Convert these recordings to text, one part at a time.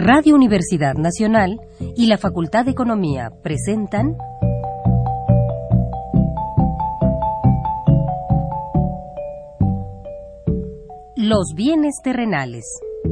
Radio Universidad Nacional y la Facultad de Economía presentan Los bienes terrenales.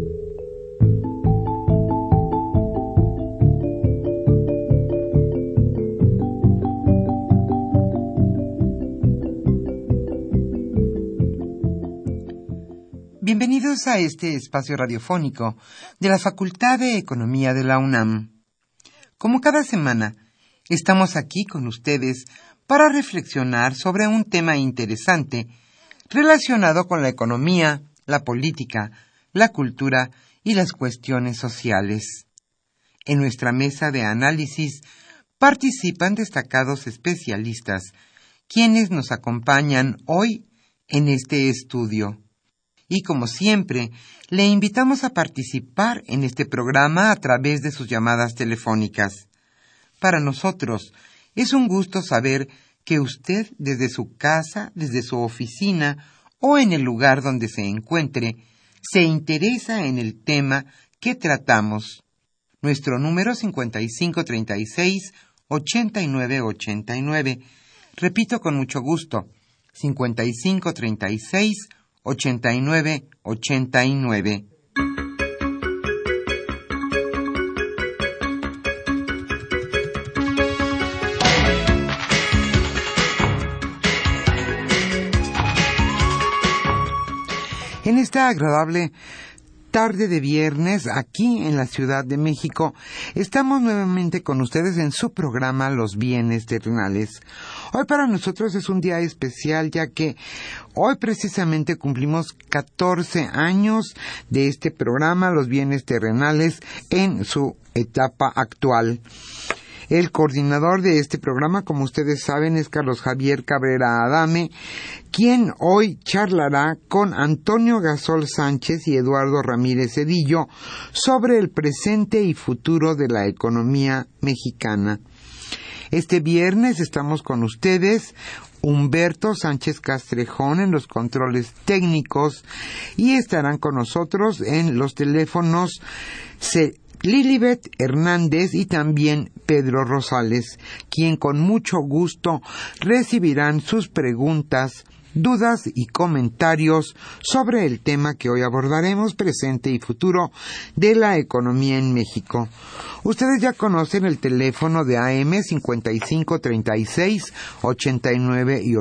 Bienvenidos a este espacio radiofónico de la Facultad de Economía de la UNAM. Como cada semana, estamos aquí con ustedes para reflexionar sobre un tema interesante relacionado con la economía, la política, la cultura y las cuestiones sociales. En nuestra mesa de análisis participan destacados especialistas, quienes nos acompañan hoy en este estudio. Y como siempre, le invitamos a participar en este programa a través de sus llamadas telefónicas. Para nosotros es un gusto saber que usted, desde su casa, desde su oficina o en el lugar donde se encuentre, se interesa en el tema que tratamos. Nuestro número 5536-8989. Repito con mucho gusto, 5536-8989. En esta agradable tarde de viernes, aquí en la Ciudad de México, estamos nuevamente con ustedes en su programa Los Bienes Terrenales. Hoy para nosotros es un día especial, ya que hoy precisamente cumplimos 14 años de este programa Los Bienes Terrenales en su etapa actual. El coordinador de este programa, como ustedes saben, es Carlos Javier Cabrera Adame, quien hoy charlará con Antonio Gasol Sánchez y Eduardo Ramírez Cedillo sobre el presente y futuro de la economía mexicana. Este viernes estamos con ustedes, Humberto Sánchez Castrejón en los controles técnicos, y estarán con nosotros en los teléfonos Lilibet Hernández y también Pedro Rosales, quien con mucho gusto recibirán sus preguntas, dudas y comentarios sobre el tema que hoy abordaremos, presente y futuro de la economía en México. Ustedes ya conocen el teléfono de AM 5536 89 y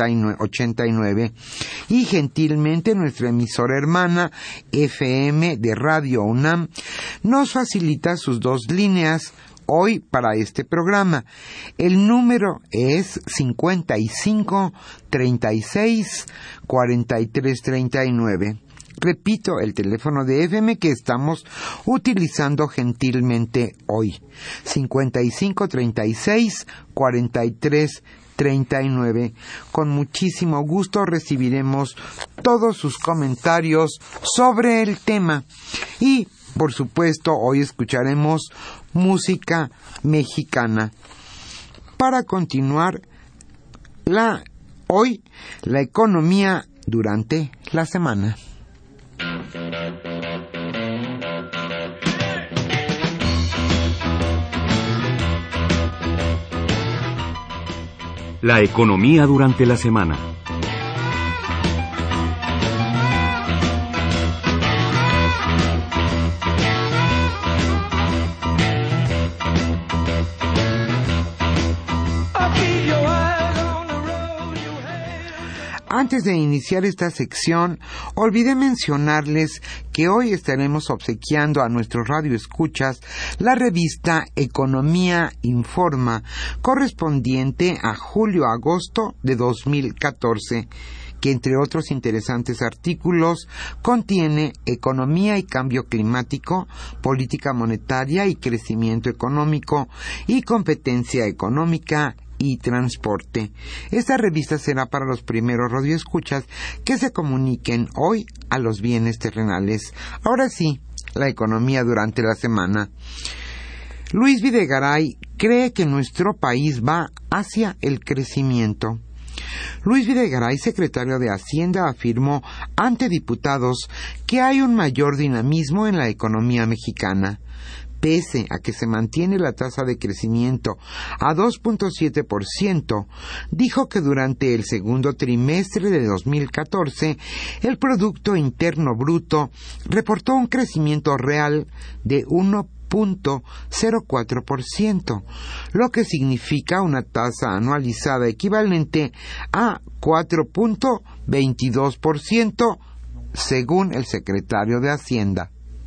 89 y gentilmente nuestra emisora hermana FM de Radio UNAM nos facilita sus dos líneas hoy para este programa. El número es 55 36 43 39. Repito, el teléfono de FM que estamos utilizando gentilmente hoy. 55 36 43 39. Con muchísimo gusto recibiremos todos sus comentarios sobre el tema. Y, por supuesto, hoy escucharemos música mexicana. Para continuar, hoy la economía durante la semana. La economía durante la semana. Antes de iniciar esta sección, olvidé mencionarles que hoy estaremos obsequiando a nuestros radioescuchas la revista Economía Informa, correspondiente a julio-agosto de 2014, que entre otros interesantes artículos contiene Economía y Cambio Climático, Política Monetaria y Crecimiento Económico y Competencia Económica y Transporte. Esta revista será para los primeros radioescuchas que se comuniquen hoy a Los Bienes Terrenales. Ahora sí, la economía durante la semana. Luis Videgaray cree que nuestro país va hacia el crecimiento. Luis Videgaray, secretario de Hacienda, afirmó ante diputados que hay un mayor dinamismo en la economía mexicana. Pese a que se mantiene la tasa de crecimiento a 2.7%, dijo que durante el segundo trimestre de 2014 el Producto Interno Bruto reportó un crecimiento real de 1.04%, lo que significa una tasa anualizada equivalente a 4.22%, según el secretario de Hacienda.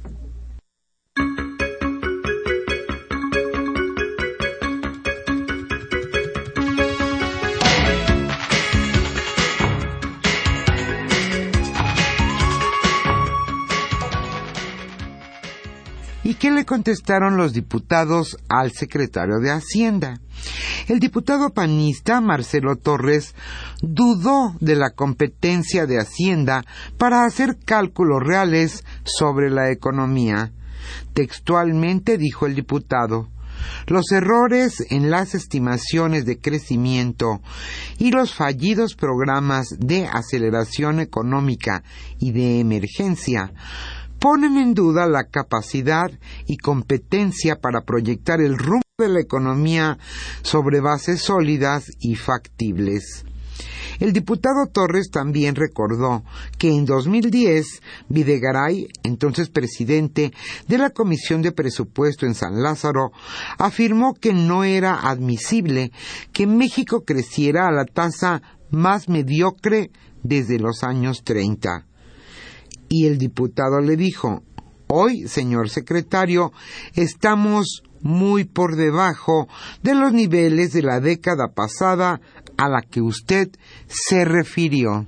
¿Y qué le contestaron los diputados al secretario de Hacienda? El diputado panista Marcelo Torres dudó de la competencia de Hacienda para hacer cálculos reales sobre la economía. Textualmente dijo el diputado: los errores en las estimaciones de crecimiento y los fallidos programas de aceleración económica y de emergencia ponen en duda la capacidad y competencia para proyectar el rumbo de la economía sobre bases sólidas y factibles. El diputado Torres también recordó que en 2010 Videgaray, entonces presidente de la Comisión de Presupuesto en San Lázaro, afirmó que no era admisible que México creciera a la tasa más mediocre desde los años 30. Y el diputado le dijo: hoy, señor secretario, estamos muy por debajo de los niveles de la década pasada a la que usted se refirió.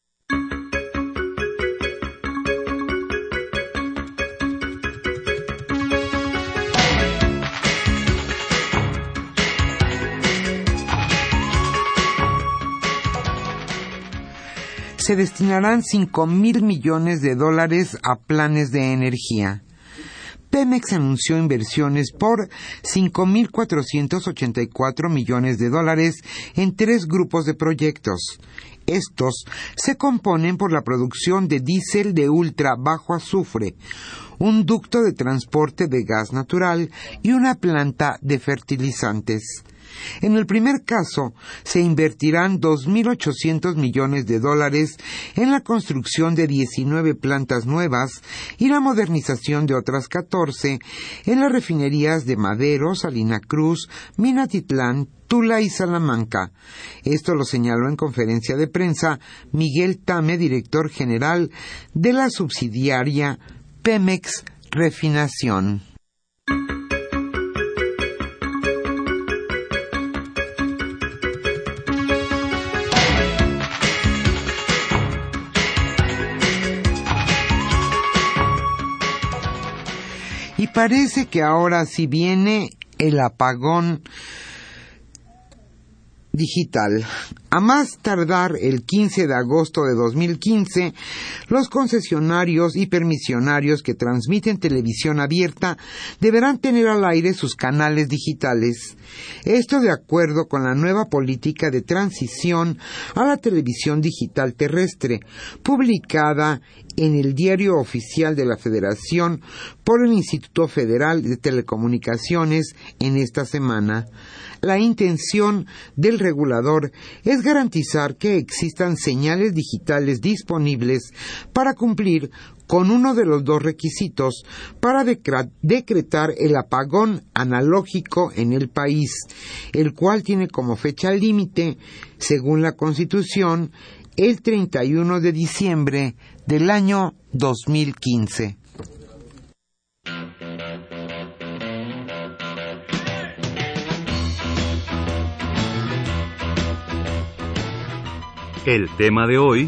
Se destinarán $5,000 millones a planes de energía. Pemex anunció inversiones por $5,484 millones en 3 grupos de proyectos. Estos se componen por la producción de diésel de ultra bajo azufre, un ducto de transporte de gas natural y una planta de fertilizantes. En el primer caso, se invertirán $2,800 millones en la construcción de 19 plantas nuevas y la modernización de otras 14 en las refinerías de Madero, Salina Cruz, Minatitlán, Tula y Salamanca. Esto lo señaló en conferencia de prensa Miguel Tame, director general de la subsidiaria Pemex Refinación. Y parece que ahora sí viene el apagón digital. A más tardar el 15 de agosto de 2015, los concesionarios y permisionarios que transmiten televisión abierta deberán tener al aire sus canales digitales. Esto de acuerdo con la nueva política de transición a la televisión digital terrestre, publicada en el Diario Oficial de la Federación por el Instituto Federal de Telecomunicaciones en esta semana. La intención del regulador es garantizar que existan señales digitales disponibles para cumplir con uno de los 2 requisitos para decretar el apagón analógico en el país, el cual tiene como fecha límite, según la Constitución, el 31 de diciembre del año 2015. El tema de hoy: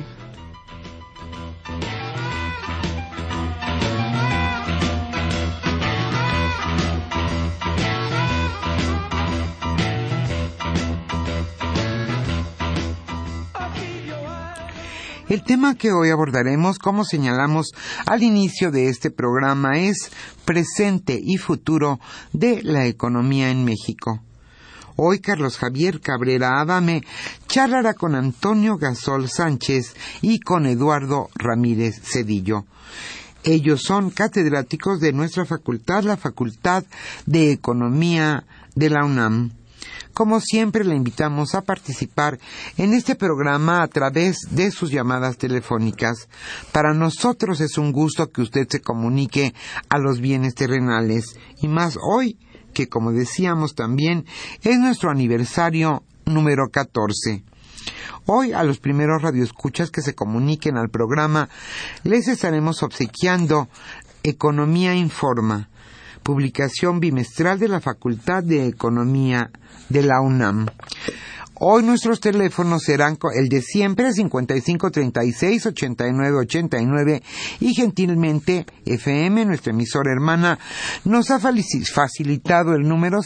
el tema que hoy abordaremos, como señalamos al inicio de este programa, es presente y futuro de la economía en México. Hoy Carlos Javier Cabrera Adame charlará con Antonio Gasol Sánchez y con Eduardo Ramírez Cedillo. Ellos son catedráticos de nuestra facultad, la Facultad de Economía de la UNAM. Como siempre, le invitamos a participar en este programa a través de sus llamadas telefónicas. Para nosotros es un gusto que usted se comunique a Los Bienes Terrenales, y más hoy, que como decíamos también, es nuestro aniversario número 14. Hoy, a los primeros radioescuchas que se comuniquen al programa, les estaremos obsequiando Economía Informa, publicación bimestral de la Facultad de Economía de la UNAM. Hoy nuestros teléfonos serán el de siempre, 5536-8989, y gentilmente FM, nuestra emisora hermana, nos ha facilitado el número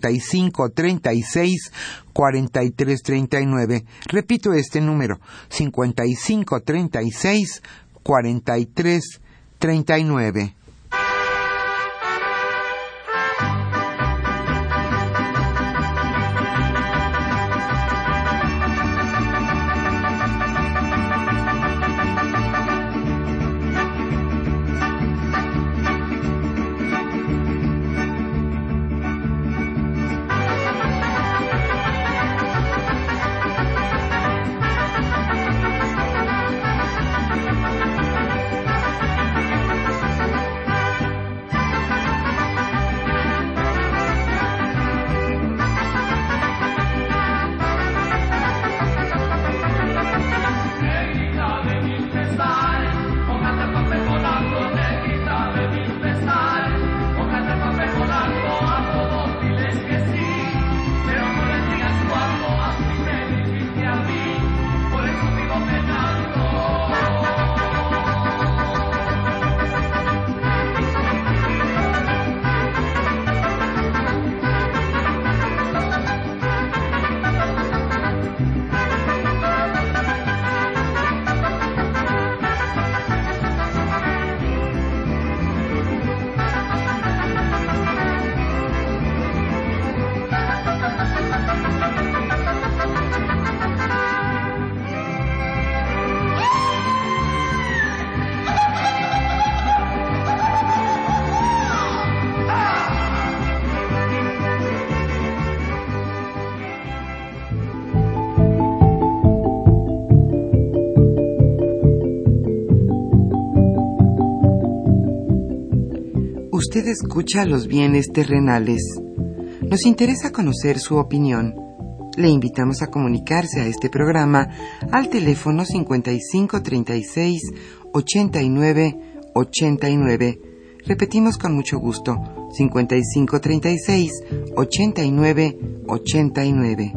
5536-4339. Repito este número, 5536-4339. Usted escucha Los Bienes Terrenales. Nos interesa conocer su opinión. Le invitamos a comunicarse a este programa al teléfono 5536-8989. Repetimos con mucho gusto, 5536-8989.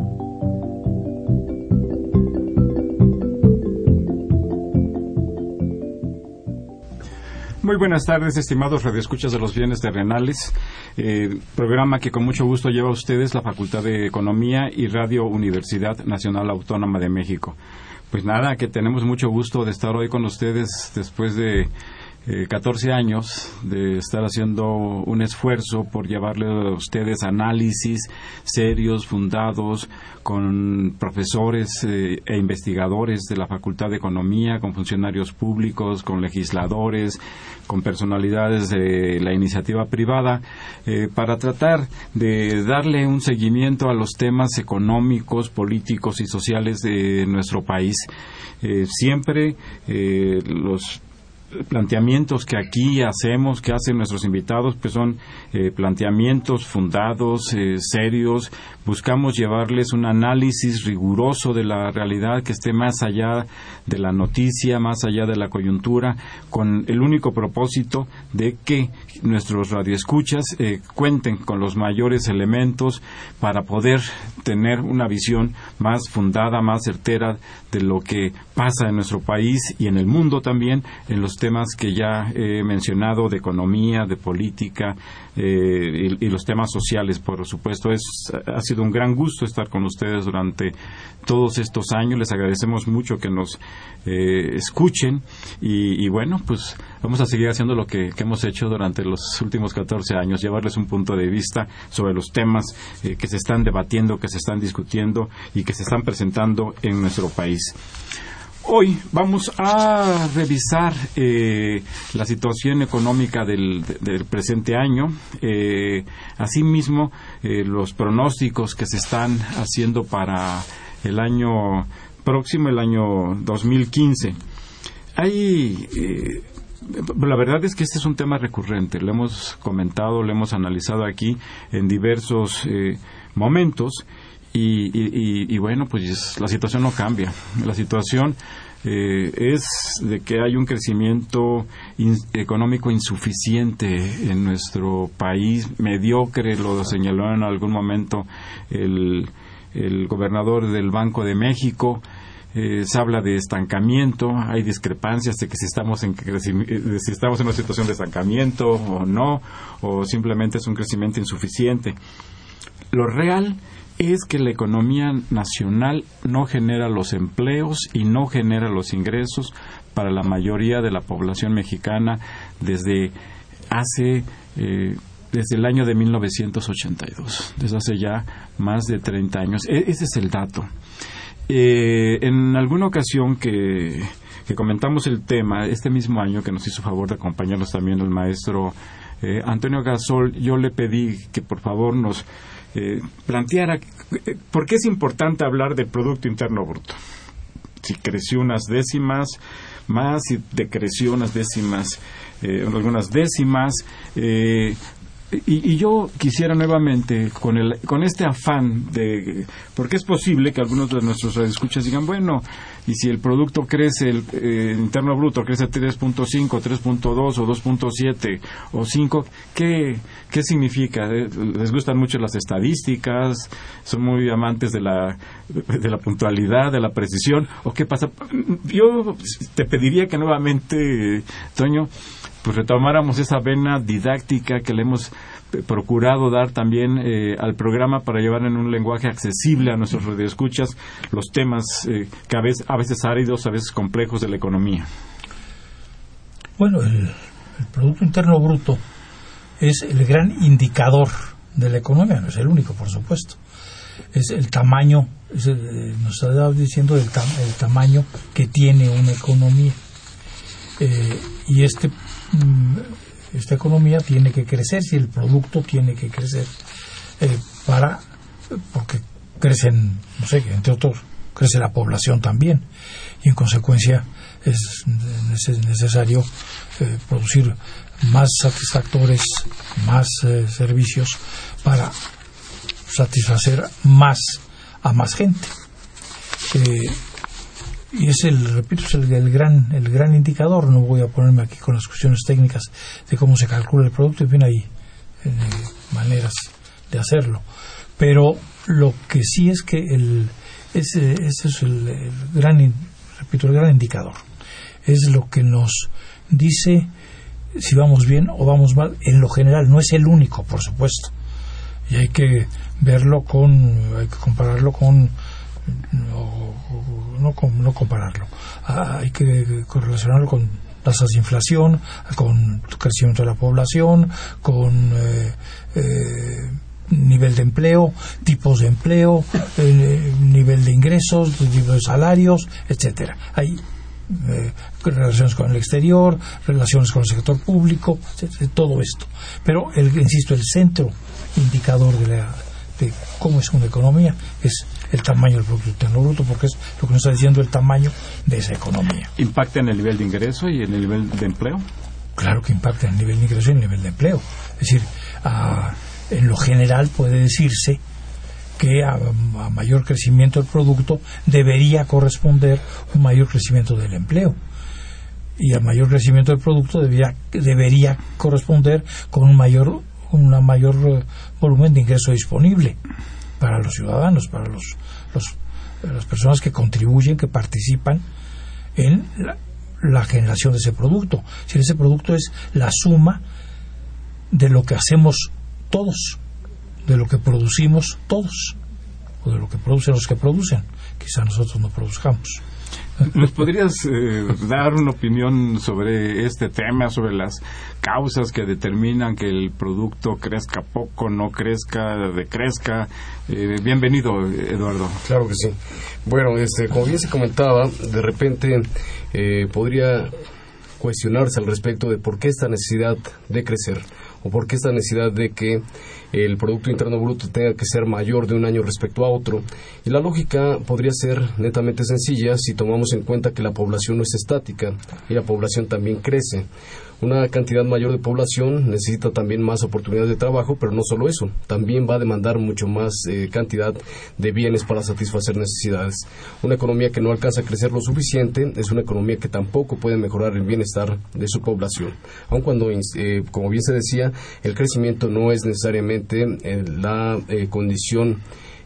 Muy buenas tardes, estimados radioescuchas de Los Bienes Terrenales, programa que con mucho gusto lleva a ustedes la Facultad de Economía y Radio Universidad Nacional Autónoma de México. Pues nada, que tenemos mucho gusto de estar hoy con ustedes después de 14 años de estar haciendo un esfuerzo por llevarle a ustedes análisis serios, fundados, con profesores e investigadores de la Facultad de Economía, con funcionarios públicos, con legisladores, con personalidades de la iniciativa privada, para tratar de darle un seguimiento a los temas económicos, políticos y sociales de nuestro país. Siempre los planteamientos que aquí hacemos, que hacen nuestros invitados, pues son planteamientos fundados, serios. Buscamos llevarles un análisis riguroso de la realidad que esté más allá de la noticia, más allá de la coyuntura, con el único propósito de que nuestros radioescuchas cuenten con los mayores elementos para poder tener una visión más fundada, más certera de lo que pasa en nuestro país y en el mundo también, en los temas que ya he mencionado, de economía, de política y los temas sociales, por supuesto. Ha sido un gran gusto estar con ustedes durante todos estos años. Les agradecemos mucho que nos escuchen y bueno, pues vamos a seguir haciendo lo que hemos hecho durante los últimos 14 años, llevarles un punto de vista sobre los temas que se están debatiendo, que se están discutiendo y que se están presentando en nuestro país. Hoy vamos a revisar la situación económica del presente año, asimismo los pronósticos que se están haciendo para el año próximo, el año 2015. La verdad es que este es un tema recurrente, lo hemos comentado, lo hemos analizado aquí en diversos momentos. Y bueno, pues la situación no cambia. La situación es de que hay un crecimiento económico insuficiente en nuestro país, mediocre, lo señaló en algún momento el gobernador del Banco de México. Se habla de estancamiento, hay discrepancias de que si estamos en una situación de estancamiento o no, o simplemente es un crecimiento insuficiente. Lo real es que la economía nacional no genera los empleos y no genera los ingresos para la mayoría de la población mexicana desde el año de 1982, desde hace ya más de 30 años. Ese es el dato. En alguna ocasión que comentamos el tema, este mismo año que nos hizo favor de acompañarnos también el maestro Antonio Gasol, yo le pedí que por favor nos planteara por qué es importante hablar del Producto Interno Bruto. Si creció unas décimas más, si decreció unas décimas, algunas décimas, y yo quisiera nuevamente con este afán de porque es posible que algunos de nuestros radioescuchas digan, bueno, y si el producto crece, el interno bruto crece 3.5, 3.2 o 2.7 o 5, ¿qué significa? Les gustan mucho las estadísticas, son muy amantes de la puntualidad, de la precisión, ¿o qué pasa? Yo te pediría que nuevamente, Toño, pues retomáramos esa vena didáctica que le hemos procurado dar también al programa para llevar en un lenguaje accesible a nuestros radioescuchas los temas que a veces áridos, a veces complejos de la economía. Bueno, el Producto Interno Bruto es el gran indicador de la economía, no es el único, por supuesto. Es el tamaño, nos está diciendo el tamaño que tiene una economía. Y esta economía tiene que crecer, si el producto tiene que crecer, porque crecen, no sé, entre otros, crece la población también, y en consecuencia es necesario producir más satisfactores, más servicios para satisfacer a más gente. Y es el gran indicador. No voy a ponerme aquí con las cuestiones técnicas de cómo se calcula el producto, en fin, hay maneras de hacerlo, pero lo que sí es que ese es el gran indicador, es lo que nos dice si vamos bien o vamos mal en lo general. No es el único, por supuesto, y hay que verlo hay que compararlo con no compararlo, hay que correlacionarlo con tasas de inflación, con crecimiento de la población, con nivel de empleo, tipos de empleo, nivel de ingresos, tipo de salarios, etcétera. Hay relaciones con el exterior, relaciones con el sector público, etcétera, todo esto. Pero insisto, el centro indicador de cómo es una economía es el tamaño del Producto Interno Bruto, porque es lo que nos está diciendo el tamaño de esa economía. ¿Impacta en el nivel de ingreso y en el nivel de empleo? Claro que impacta en el nivel de ingreso y en el nivel de empleo. Es decir, en lo general puede decirse que a mayor crecimiento del producto debería corresponder un mayor crecimiento del empleo, y a mayor crecimiento del producto debería corresponder con un mayor volumen de ingreso disponible para los ciudadanos, para las personas que contribuyen, que participan en la generación de ese producto. Si ese producto es la suma de lo que hacemos todos, de lo que producimos todos, o de lo que producen los que producen. Quizá nosotros no produzcamos. ¿Nos podrías dar una opinión sobre este tema, sobre las causas que determinan que el producto crezca poco, no crezca, decrezca? Bienvenido, Eduardo. Claro que sí. Bueno, como bien se comentaba, de repente podría cuestionarse al respecto de por qué esta necesidad de crecer o por qué esta necesidad de que el Producto Interno Bruto tenga que ser mayor de un año respecto a otro. Y la lógica podría ser netamente sencilla si tomamos en cuenta que la población no es estática y la población también crece. Una cantidad mayor de población necesita también más oportunidades de trabajo, pero no solo eso, también va a demandar mucho más cantidad de bienes para satisfacer necesidades. Una economía que no alcanza a crecer lo suficiente es una economía que tampoco puede mejorar el bienestar de su población. Aun cuando, como bien se decía, el crecimiento no es necesariamente la condición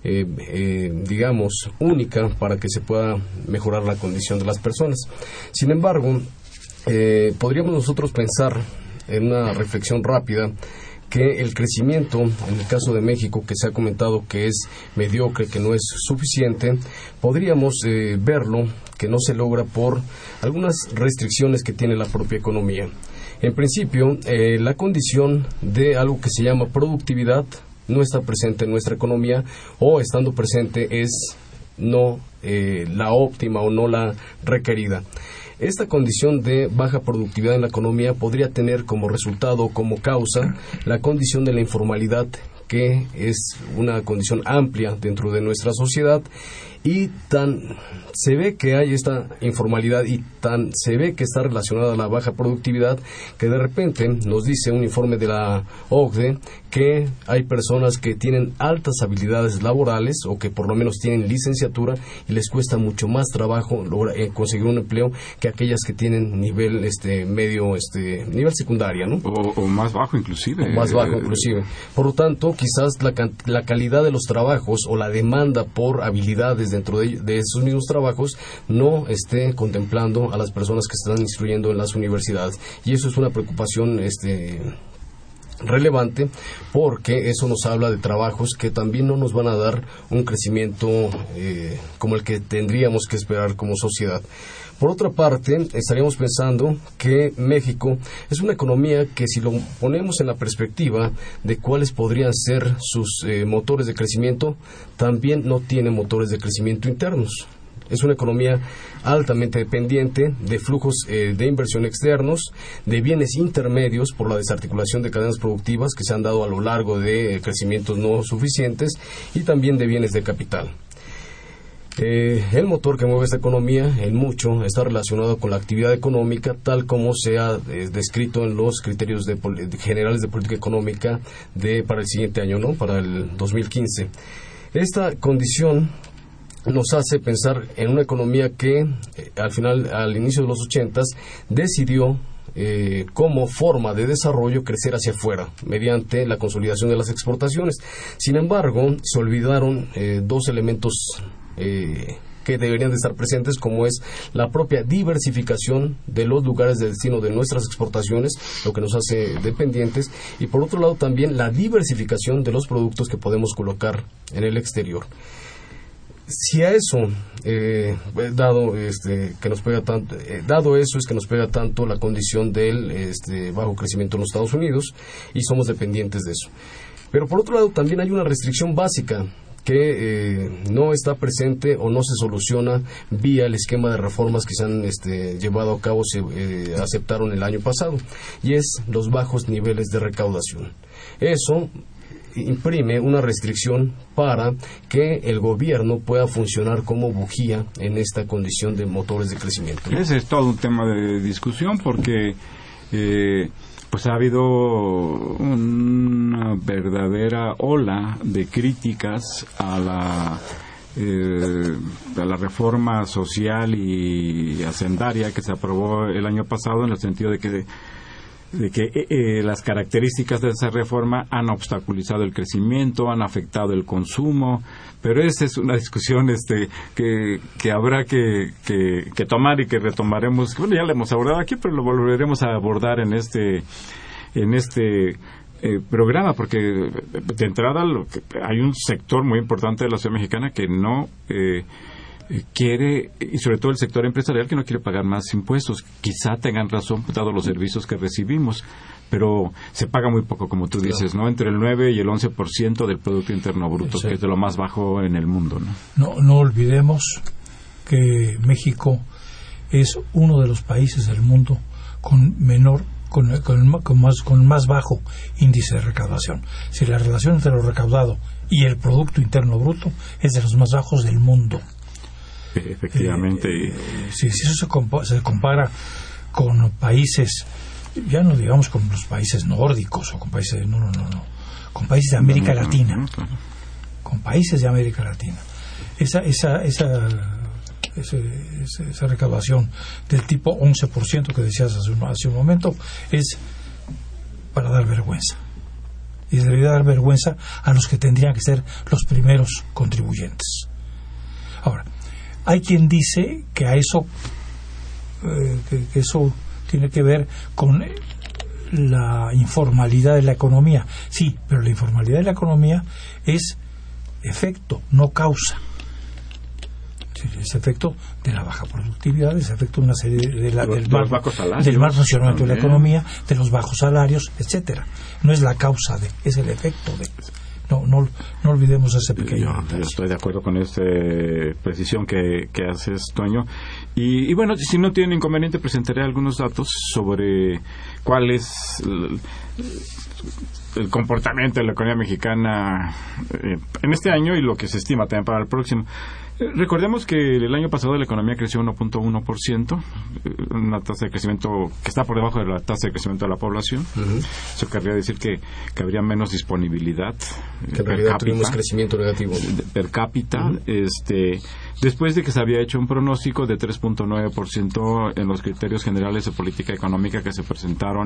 digamos, única para que se pueda mejorar la condición de las personas. Sin embargo, podríamos nosotros pensar en una reflexión rápida que el crecimiento, en el caso de México, que se ha comentado que es mediocre, que no es suficiente, podríamos verlo que no se logra por algunas restricciones que tiene la propia economía. En principio, la condición de algo que se llama productividad no está presente en nuestra economía, o estando presente es no la óptima o no la requerida. Esta condición de baja productividad en la economía podría tener como resultado, como causa, la condición de la informalidad, que es una condición amplia dentro de nuestra sociedad, y tan se ve que hay esta informalidad y tan se ve que está relacionada a la baja productividad, que de repente nos dice un informe de la OCDE que hay personas que tienen altas habilidades laborales o que por lo menos tienen licenciatura y les cuesta mucho más trabajo conseguir un empleo que aquellas que tienen nivel medio, nivel secundaria, ¿no? O más bajo inclusive. O más bajo inclusive. Por lo tanto, quizás la calidad de los trabajos o la demanda por habilidades dentro de esos mismos trabajos no esté contemplando a las personas que se están instruyendo en las universidades. Y eso es una preocupación relevante, porque eso nos habla de trabajos que también no nos van a dar un crecimiento como el que tendríamos que esperar como sociedad. Por otra parte, estaríamos pensando que México es una economía que, si lo ponemos en la perspectiva de cuáles podrían ser sus motores de crecimiento, también no tiene motores de crecimiento internos. Es una economía altamente dependiente de flujos de inversión externos, de bienes intermedios por la desarticulación de cadenas productivas que se han dado a lo largo de crecimientos no suficientes, y también de bienes de capital. El motor que mueve esta economía en mucho está relacionado con la actividad económica, tal como se ha descrito en los criterios generales de política económica para el siguiente año, ¿no? Para el 2015. Esta condición nos hace pensar en una economía que al inicio de los 80s decidió como forma de desarrollo crecer hacia afuera mediante la consolidación de las exportaciones. Sin embargo, se olvidaron dos elementos que deberían de estar presentes, como es la propia diversificación de los lugares de destino de nuestras exportaciones, lo que nos hace dependientes, y por otro lado también la diversificación de los productos que podemos colocar en el exterior. Si a eso, dado eso es que nos pega tanto la condición del bajo crecimiento en los Estados Unidos, y somos dependientes de eso. Pero por otro lado también hay una restricción básica que no está presente o no se soluciona vía el esquema de reformas que se han llevado a cabo, se aceptaron el año pasado, y es los bajos niveles de recaudación. Eso imprime una restricción para que el gobierno pueda funcionar como bujía en esta condición de motores de crecimiento. Ese es todo un tema de discusión, porque pues ha habido una verdadera ola de críticas a la reforma social y hacendaria que se aprobó el año pasado, en el sentido de que las características de esa reforma han obstaculizado el crecimiento, han afectado el consumo, pero esa es una discusión que habrá que tomar y que retomaremos. Bueno, ya la hemos abordado aquí, pero lo volveremos a abordar en este programa, porque de entrada hay un sector muy importante de la sociedad mexicana que no quiere, y sobre todo el sector empresarial, que no quiere pagar más impuestos. Quizá tengan razón, dado los servicios que recibimos, pero se paga muy poco, como tú dices, ¿no? Entre el 9 y el 11% del Producto Interno Bruto, que es de lo más bajo en el mundo, ¿no? No olvidemos que México es uno de los países del mundo con más bajo índice de recaudación. Si la relación entre lo recaudado y el Producto Interno Bruto es de los más bajos del mundo. Efectivamente. Si eso se compara con países, ya no digamos con los países nórdicos o con países, con países de América Latina. Con países de América Latina. Esa recaudación del tipo 11% que decías hace un momento es para dar vergüenza, y debería dar vergüenza a los que tendrían que ser los primeros contribuyentes. Ahora, hay quien dice que a eso que eso tiene que ver con la informalidad de la economía. Sí, pero la informalidad de la economía es efecto, no causa. Es efecto de la baja productividad, es efecto de una serie del mal funcionamiento de la economía, de los bajos salarios, etcétera. No es la causa es el efecto de. No olvidemos ese pequeño detalle. Yo estoy de acuerdo con esta precisión que haces, Toño. Y bueno, si no tienen inconveniente, presentaré algunos datos sobre cuál es el comportamiento de la economía mexicana en este año y lo que se estima también para el próximo. Recordemos que el año pasado la economía creció 1.1%, una tasa de crecimiento que está por debajo de la tasa de crecimiento de la población. Eso querría decir que habría menos disponibilidad que en realidad tuvimos crecimiento negativo per cápita. Después de que se había hecho un pronóstico de 3.9% en los criterios generales de política económica que se presentaron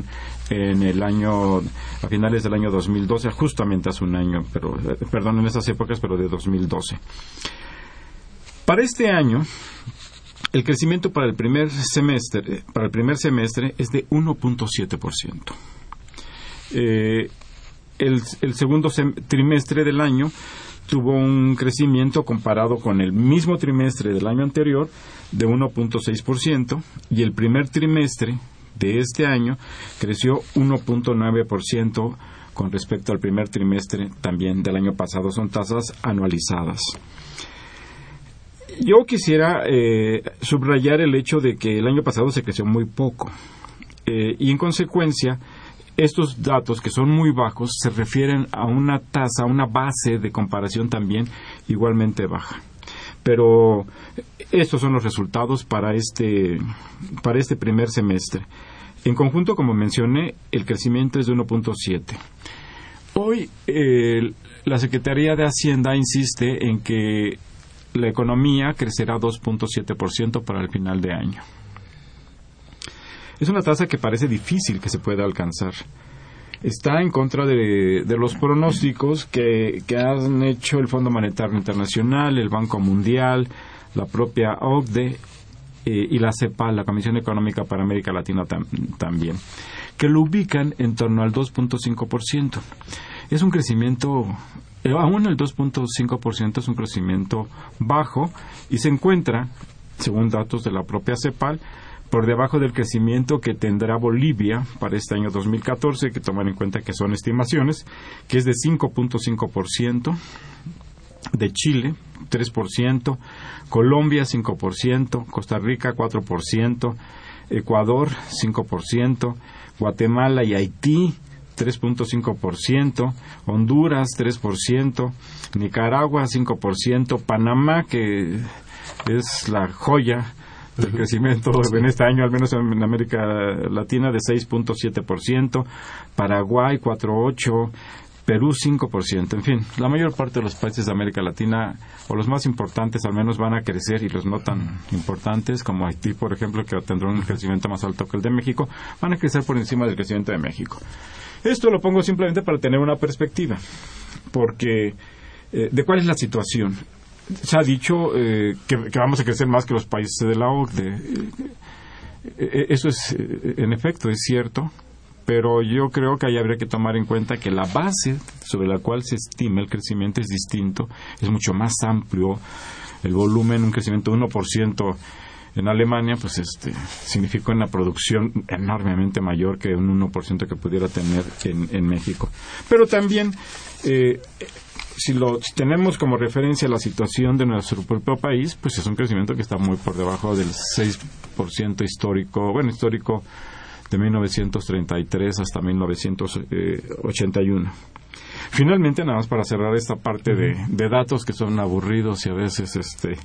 a finales del año 2012, justamente hace un año, en esas épocas, pero de 2012. Para este año, el crecimiento para el primer semestre es de 1.7%. El segundo trimestre del año tuvo un crecimiento comparado con el mismo trimestre del año anterior de 1.6%, y el primer trimestre de este año creció 1.9% con respecto al primer trimestre también del año pasado. Son tasas anualizadas. Yo quisiera subrayar el hecho de que el año pasado se creció muy poco, y en consecuencia estos datos, que son muy bajos, se refieren a una tasa, una base de comparación también igualmente baja. Pero estos son los resultados para este primer semestre. En conjunto, como mencioné, el crecimiento es de 1.7. Hoy la Secretaría de Hacienda insiste en que la economía crecerá 2.7% para el final de año. Es una tasa que parece difícil que se pueda alcanzar. Está en contra de los pronósticos que han hecho el Fondo Monetario Internacional, el Banco Mundial, la propia OCDE y la CEPAL, la Comisión Económica para América Latina también, que lo ubican en torno al 2.5%. Es un crecimiento, aún el 2.5% es un crecimiento bajo, y se encuentra, según datos de la propia CEPAL, por debajo del crecimiento que tendrá Bolivia para este año 2014, que tomar en cuenta que son estimaciones, que es de 5.5%, de Chile 3%, Colombia 5%, Costa Rica 4%, Ecuador 5%, Guatemala y Haití 3.5%, Honduras 3%, Nicaragua 5%, Panamá, que es la joya del crecimiento en este año, al menos en América Latina, de 6.7%, Paraguay 4.8%, Perú 5%. En fin, la mayor parte de los países de América Latina, o los más importantes al menos, van a crecer, y los no tan importantes, como Haití, por ejemplo, que tendrá un crecimiento más alto que el de México, van a crecer por encima del crecimiento de México. Esto lo pongo simplemente para tener una perspectiva, porque ¿de cuál es la situación? Se ha dicho que vamos a crecer más que los países de la OCDE. Eso es, en efecto, es cierto, pero yo creo que ahí habría que tomar en cuenta que la base sobre la cual se estima el crecimiento es distinto, es mucho más amplio. El volumen, un crecimiento de 1% en Alemania, pues significa una producción enormemente mayor que un 1% que pudiera tener en México. Pero también, si tenemos como referencia la situación de nuestro propio país, pues es un crecimiento que está muy por debajo del 6% histórico de 1933 hasta 1981. Finalmente, nada más para cerrar esta parte de datos que son aburridos y a veces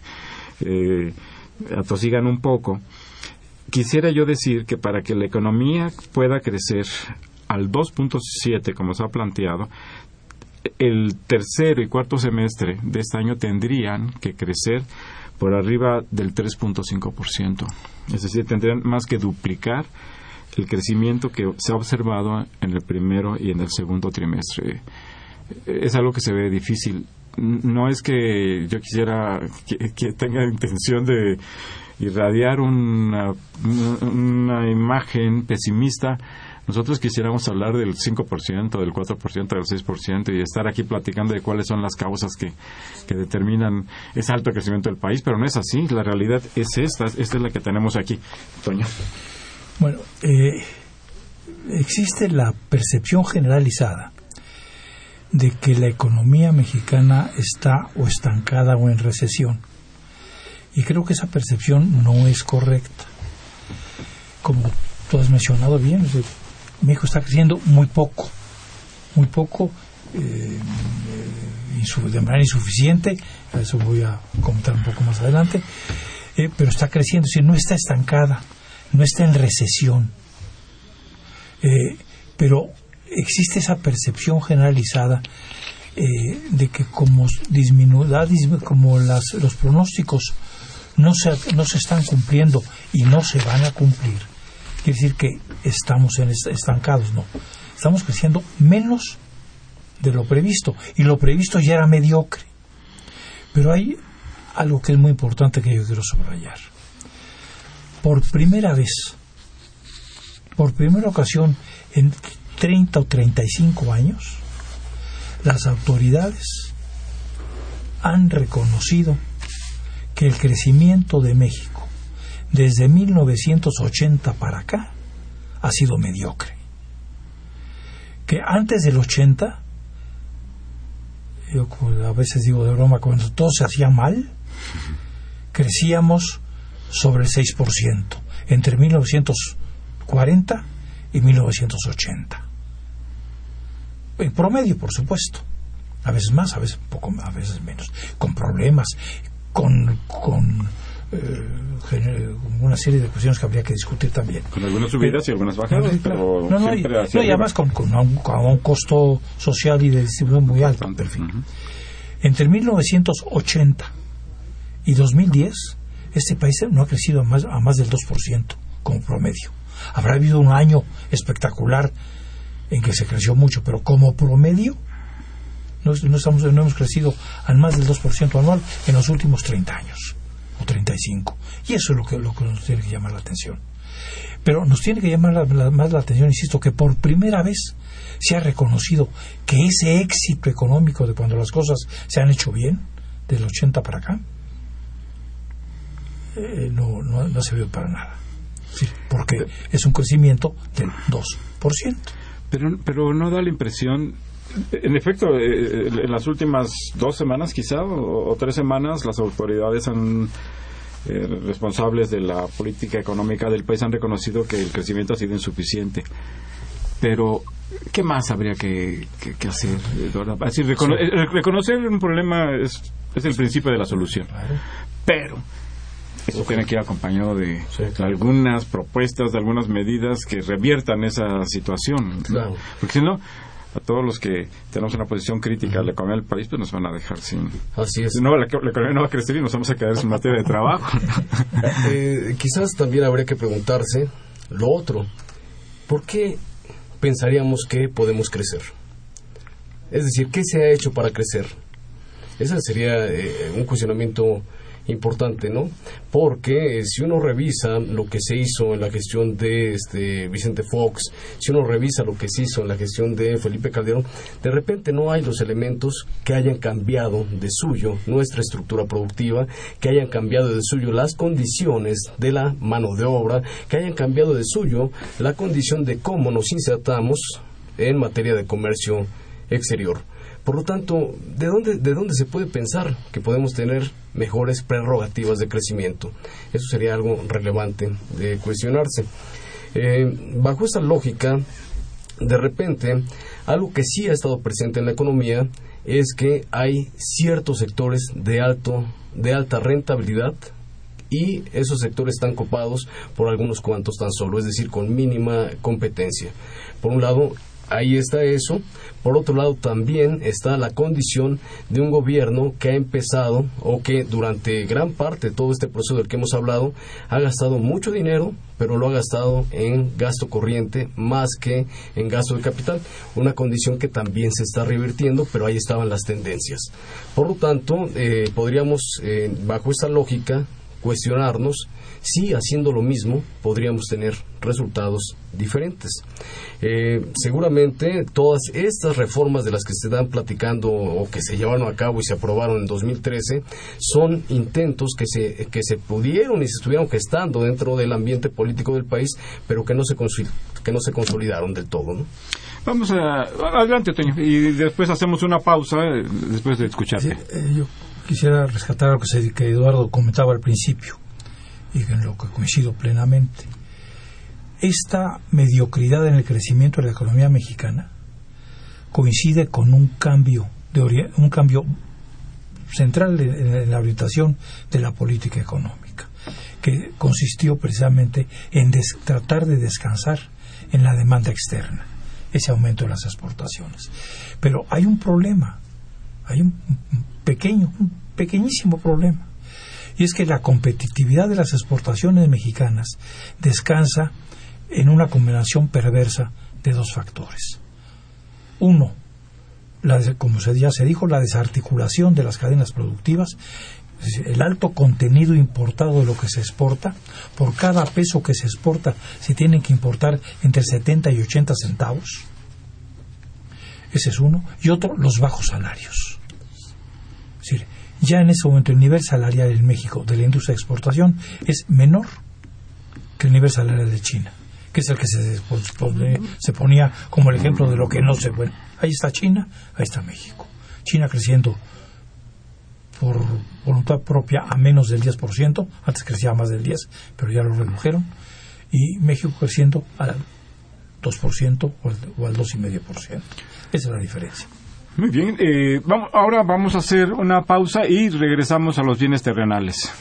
atosigan un poco, quisiera yo decir que para que la economía pueda crecer al 2.7, como se ha planteado, el tercero y cuarto semestre de este año tendrían que crecer por arriba del 3.5%. Es decir, tendrían más que duplicar el crecimiento que se ha observado en el primero y en el segundo trimestre. Es algo que se ve difícil. No es que yo quisiera que tenga intención de irradiar una imagen pesimista. Nosotros quisiéramos hablar del 5%, del 4%, del 6% y estar aquí platicando de cuáles son las causas que determinan ese alto crecimiento del país, pero no es así. La realidad es esta es la que tenemos aquí. Toño. Bueno, existe la percepción generalizada de que la economía mexicana está o estancada o en recesión. Y creo que esa percepción no es correcta. Como tú has mencionado bien, México está creciendo muy poco, de manera insuficiente, eso voy a comentar un poco más adelante, pero está creciendo, es decir, no está estancada, no está en recesión. Pero existe esa percepción generalizada de que como los pronósticos no se están cumpliendo y no se van a cumplir, quiere decir que estamos estancados. No, estamos creciendo menos de lo previsto, y lo previsto ya era mediocre. Pero hay algo que es muy importante que yo quiero subrayar. Por primera ocasión en 30 o 35 años, las autoridades han reconocido que el crecimiento de México desde 1980 para acá ha sido mediocre. Que antes del 80, yo a veces digo de broma, cuando todo se hacía mal, crecíamos sobre el 6%, entre 1940 y 1980. En promedio, por supuesto. A veces más, a veces un poco más, a veces menos. Con problemas, con una serie de cuestiones que habría que discutir también. Con algunas subidas y algunas bajadas, pero y además con un costo social y de distribución muy alto. En fin. Entre 1980 y 2010, este país no ha crecido a más del 2% como promedio. Habrá habido un año espectacular en que se creció mucho, pero como promedio no hemos crecido al más del 2% anual en los últimos 30 años o 35, y eso es lo que nos tiene que llamar la atención. Pero nos tiene que llamar más la atención, insisto, que por primera vez se ha reconocido que ese éxito económico de cuando las cosas se han hecho bien, del 80 para acá, no se vio para nada. Sí, porque es un crecimiento del 2%. Pero no da la impresión. En efecto, en las últimas 2 semanas quizá o 3 semanas, las autoridades responsables de la política económica del país han reconocido que el crecimiento ha sido insuficiente. Pero, ¿qué más habría que hacer? Así, reconocer un problema es el principio de la solución. Pero eso tiene que ir acompañado de algunas propuestas, de algunas medidas que reviertan esa situación. Claro. Porque si no, a todos los que tenemos una posición crítica a la economía del país, pues nos van a dejar sin... Así es. No, la economía no va a crecer y nos vamos a quedar sin materia de trabajo. Quizás también habría que preguntarse lo otro. ¿Por qué pensaríamos que podemos crecer? Es decir, ¿qué se ha hecho para crecer? Ese sería un cuestionamiento importante, ¿no? Porque si uno revisa lo que se hizo en la gestión de Vicente Fox, si uno revisa lo que se hizo en la gestión de Felipe Calderón, de repente no hay los elementos que hayan cambiado de suyo nuestra estructura productiva, que hayan cambiado de suyo las condiciones de la mano de obra, que hayan cambiado de suyo la condición de cómo nos insertamos en materia de comercio exterior. Por lo tanto, ¿de dónde se puede pensar que podemos tener mejores prerrogativas de crecimiento? Eso sería algo relevante de cuestionarse. Bajo esta lógica, de repente, algo que sí ha estado presente en la economía es que hay ciertos sectores de alta rentabilidad, y esos sectores están copados por algunos cuantos tan solo, es decir, con mínima competencia. Por un lado, ahí está eso. Por otro lado, también está la condición de un gobierno que ha empezado, o que durante gran parte de todo este proceso del que hemos hablado, ha gastado mucho dinero, pero lo ha gastado en gasto corriente más que en gasto de capital. Una condición que también se está revirtiendo, pero ahí estaban las tendencias. Por lo tanto, podríamos, bajo esta lógica, cuestionarnos si haciendo lo mismo podríamos tener resultados diferentes. Seguramente todas estas reformas de las que se están platicando o que se llevaron a cabo y se aprobaron en 2013 son intentos que se pudieron y se estuvieron gestando dentro del ambiente político del país, pero que no se consolidaron del todo, ¿no? Vamos adelante, Toño, y después hacemos una pausa después de escucharte. Sí, yo quisiera rescatar lo que Eduardo comentaba al principio y en lo que coincido plenamente. Esta mediocridad en el crecimiento de la economía mexicana coincide con un cambio central en la orientación de la política económica, que consistió precisamente en tratar de descansar en la demanda externa, ese aumento de las exportaciones. Pero hay un problema, hay un pequeñísimo problema, y es que la competitividad de las exportaciones mexicanas descansa en una combinación perversa de dos factores. Uno, como ya se dijo, la desarticulación de las cadenas productivas, el alto contenido importado de lo que se exporta. Por cada peso que se exporta se tienen que importar entre 70 y 80 centavos. Ese es uno. Y otro, los bajos salarios. Es decir, ya en ese momento el nivel salarial en México de la industria de exportación es menor que el nivel salarial de China, que es el que se ponía como el ejemplo de lo que no se puede. Ahí está China, ahí está México. China creciendo por voluntad propia a menos del 10%, antes crecía más del 10%, pero ya lo redujeron, y México creciendo al 2% o al 2,5%. Esa es la diferencia. Muy bien, ahora vamos a hacer una pausa y regresamos a los bienes terrenales.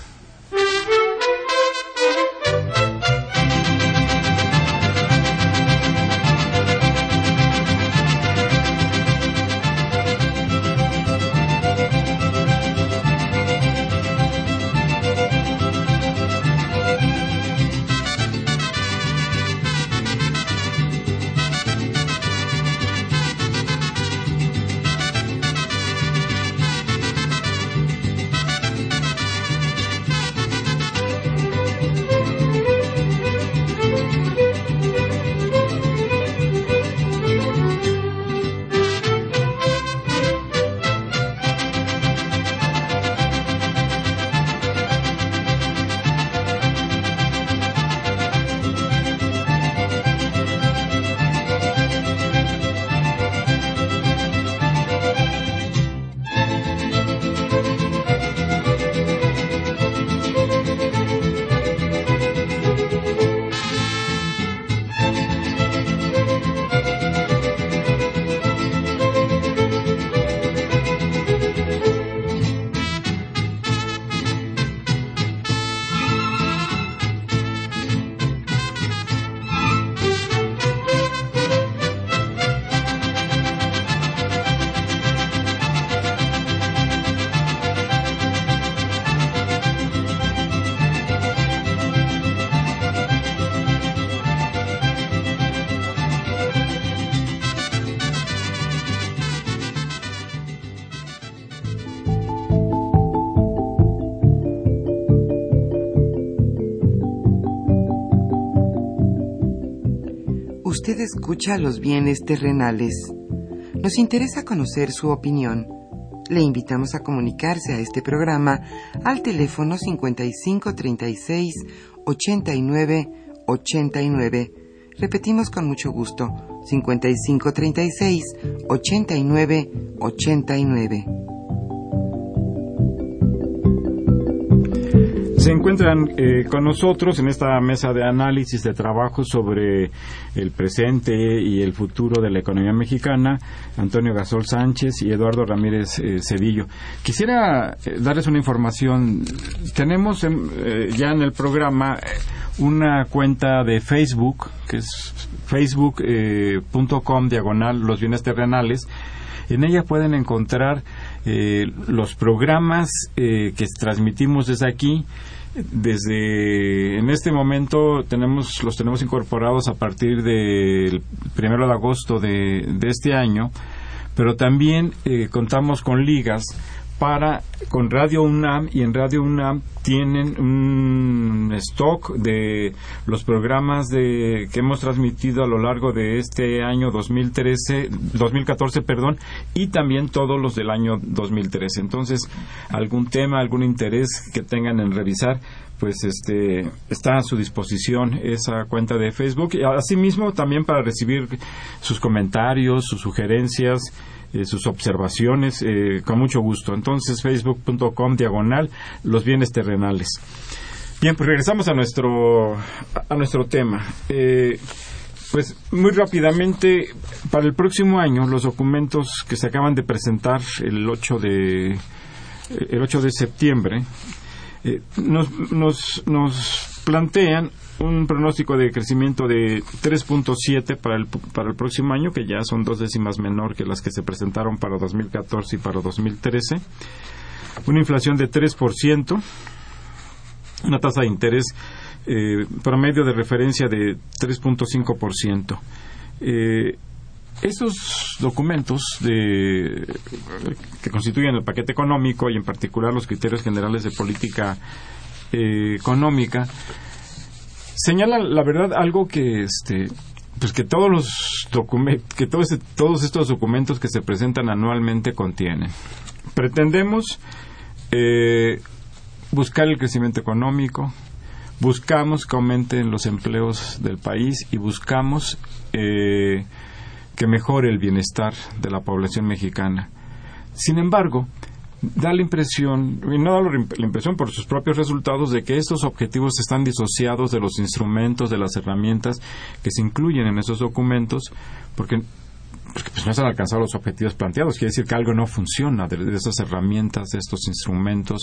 Usted escucha Los Bienes Terrenales. Nos interesa conocer su opinión. Le invitamos a comunicarse a este programa al teléfono 55 36 89 89. Repetimos con mucho gusto, 55 36 89 89. Se encuentran con nosotros en esta mesa de análisis de trabajo sobre el presente y el futuro de la economía mexicana, Antonio Gasol Sánchez y Eduardo Ramírez Cedillo. Quisiera darles una información. Tenemos ya en el programa una cuenta de Facebook, que es facebook.com/ Los Bienes Terrenales. En ella pueden encontrar los programas que transmitimos desde aquí. En este momento los tenemos incorporados a partir del 1 de agosto de este año, pero también contamos con ligas con Radio UNAM, y en Radio UNAM tienen un stock de los programas que hemos transmitido a lo largo de este año 2014, y también todos los del año 2013. Entonces, algún tema, algún interés que tengan en revisar, pues está a su disposición esa cuenta de Facebook. Y asimismo, también para recibir sus comentarios, sus sugerencias, sus observaciones, con mucho gusto. Entonces, facebook.com/ Los Bienes Terrenales. Bien, pues regresamos a nuestro tema. Pues muy rápidamente, para el próximo año, los documentos que se acaban de presentar el 8 de septiembre nos plantean un pronóstico de crecimiento de 3.7 para el próximo año, que ya son 2 décimas menor que las que se presentaron para 2014 y para 2013. Una inflación de 3%, una tasa de interés promedio de referencia de 3.5%. Estos documentos que constituyen el paquete económico, y en particular los criterios generales de política económica, señalan, la verdad, algo que pues que todos estos documentos que se presentan anualmente contienen. Pretendemos buscar el crecimiento económico, buscamos que aumenten los empleos del país y buscamos que mejore el bienestar de la población mexicana. Sin embargo, da la impresión, y no da la impresión por sus propios resultados, de que estos objetivos están disociados de los instrumentos, de las herramientas que se incluyen en esos documentos, porque pues no se han alcanzado los objetivos planteados. Quiere decir que algo no funciona de esas herramientas, de estos instrumentos.